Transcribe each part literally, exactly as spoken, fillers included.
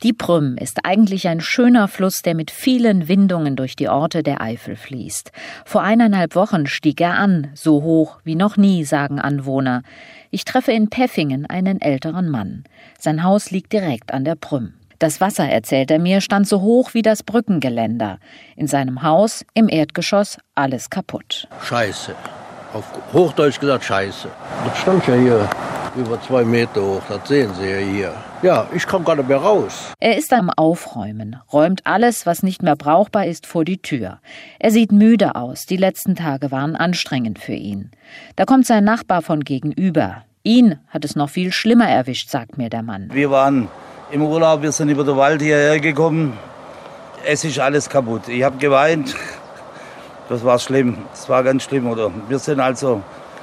Die Prüm ist eigentlich ein schöner Fluss, der mit vielen Windungen durch die Orte der Eifel fließt. Vor eineinhalb Wochen stieg er an, so hoch wie noch nie, sagen Anwohner. Ich treffe in Päffingen einen älteren Mann. Sein Haus liegt direkt an der Prüm. Das Wasser, erzählt er mir, stand so hoch wie das Brückengeländer. In seinem Haus, im Erdgeschoss, alles kaputt. Scheiße. Auf Hochdeutsch gesagt, Scheiße. Das stand ja hier über zwei Meter hoch, das sehen Sie ja hier. Ja, ich komme gar nicht mehr raus. Er ist am Aufräumen, räumt alles, was nicht mehr brauchbar ist, vor die Tür. Er sieht müde aus, die letzten Tage waren anstrengend für ihn. Da kommt sein Nachbar von gegenüber. Ihn hat es noch viel schlimmer erwischt, sagt mir der Mann. Wir waren im Urlaub, wir sind über den Wald hierher gekommen. Es ist alles kaputt. Ich habe geweint. Das war schlimm. Das war ganz schlimm, oder? Wir sind also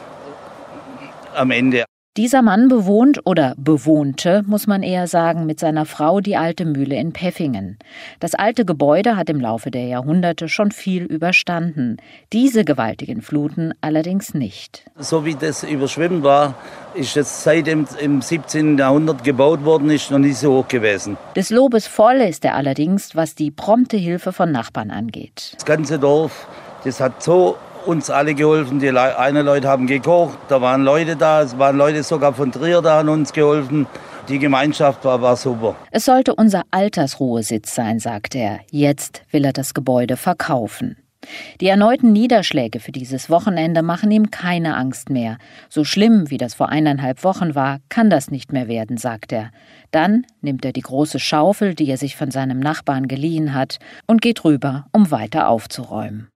am Ende. Dieser Mann bewohnt oder bewohnte, muss man eher sagen, mit seiner Frau die alte Mühle in Päffingen. Das alte Gebäude hat im Laufe der Jahrhunderte schon viel überstanden. Diese gewaltigen Fluten allerdings nicht. So wie das überschwemmt war, ist es seit dem im siebzehnten Jahrhundert gebaut worden, ist noch nicht so hoch gewesen. Des Lobes voll ist er allerdings, was die prompte Hilfe von Nachbarn angeht. Das ganze Dorf, das hat so uns alle geholfen. Die Le- eine Leute haben gekocht, da waren Leute da, es waren Leute sogar von Trier da, haben uns geholfen. Die Gemeinschaft war, war super. Es sollte unser Altersruhesitz sein, sagt er. Jetzt will er das Gebäude verkaufen. Die erneuten Niederschläge für dieses Wochenende machen ihm keine Angst mehr. So schlimm, wie das vor eineinhalb Wochen war, kann das nicht mehr werden, sagt er. Dann nimmt er die große Schaufel, die er sich von seinem Nachbarn geliehen hat, und geht rüber, um weiter aufzuräumen.